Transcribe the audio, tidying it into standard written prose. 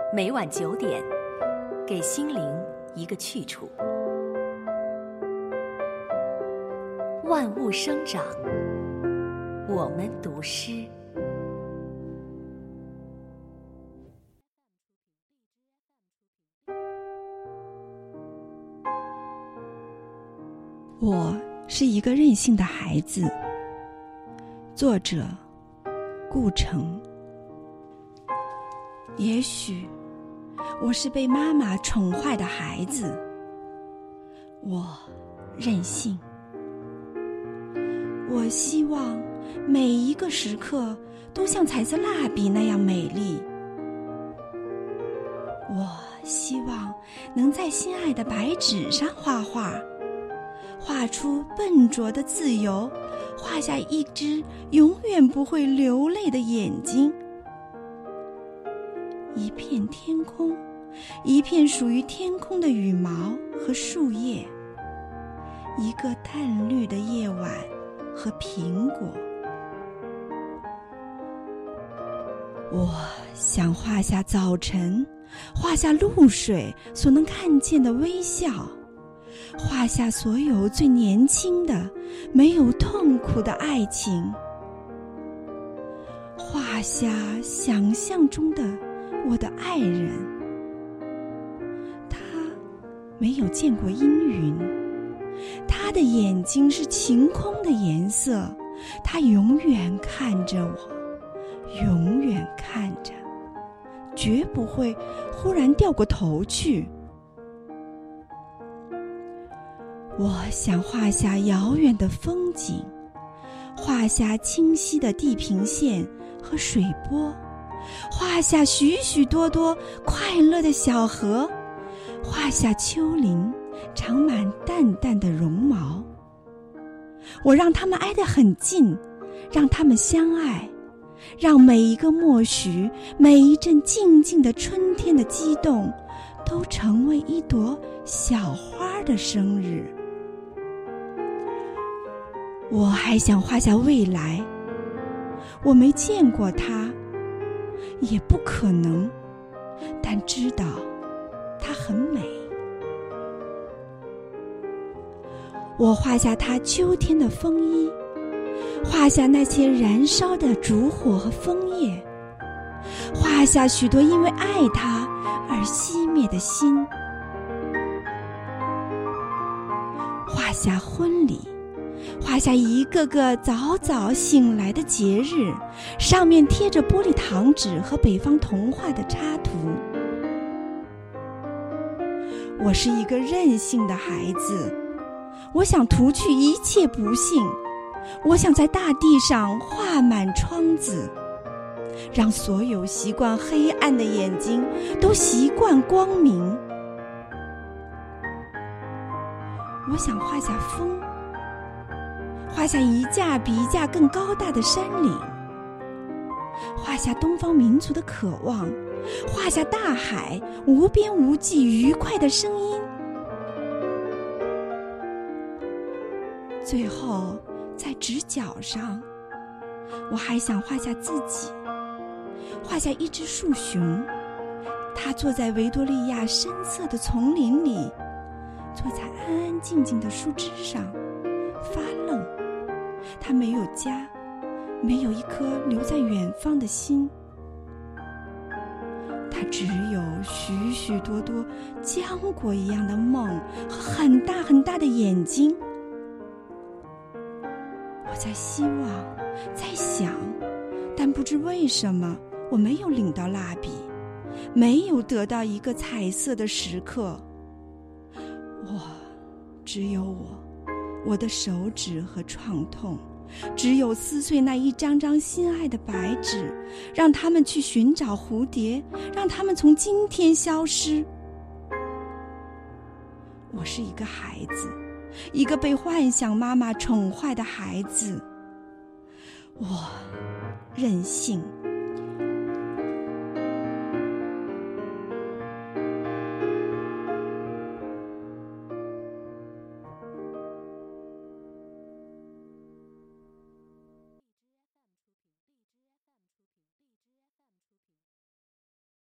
每晚9点，给心灵一个去处。万物生长，我们读诗。 我是一个任性的孩子。作者顾城。也许我是被妈妈宠坏的孩子，我任性。我希望每一个时刻都像彩色蜡笔那样美丽。我希望能在心爱的白纸上画画，画出笨拙的自由，画下一只永远不会流泪的眼睛。一片天空，一片属于天空的羽毛和树叶，一个淡绿的夜晚和苹果。我想画下早晨，画下露水所能看见的微笑，画下所有最年轻的没有痛苦的爱情，画下想象中的我的爱人。他没有见过阴云，他的眼睛是晴空的颜色，他永远看着我，永远看着，绝不会忽然掉过头去。我想画下遥远的风景，画下清晰的地平线和水波，画下许许多多快乐的小河，画下丘陵长满淡淡的绒毛。我让它们挨得很近，让它们相爱，让每一个默许，每一阵静静的春天的激动，都成为一朵小花的生日。我还想画下未来，我没见过它，也不可能，但知道它很美。我画下它秋天的风衣，画下那些燃烧的烛火和枫叶，画下许多因为爱它而熄灭的心，画下婚礼，画下一个个早早醒来的节日，上面贴着玻璃糖纸和北方童话的插图。我是一个任性的孩子，我想涂去一切不幸，我想在大地上画满窗子，让所有习惯黑暗的眼睛都习惯光明。我想画下风，画下一架比一架更高大的山岭，画下东方民族的渴望，画下大海无边无际愉快的声音。最后在直角上，我还想画下自己，画下一只树熊，它坐在维多利亚深色的丛林里，坐在安安静静的树枝上发愣。它没有家，没有一颗留在远方的心，它只有许许多多浆果一样的梦和很大很大的眼睛。我在希望，在想，但不知为什么我没有领到蜡笔，没有得到一个彩色的时刻。只有我的手指和创痛，只有撕碎那一张张心爱的白纸，让他们去寻找蝴蝶，让他们从今天消失。我是一个孩子，一个被幻想妈妈宠坏的孩子。我任性。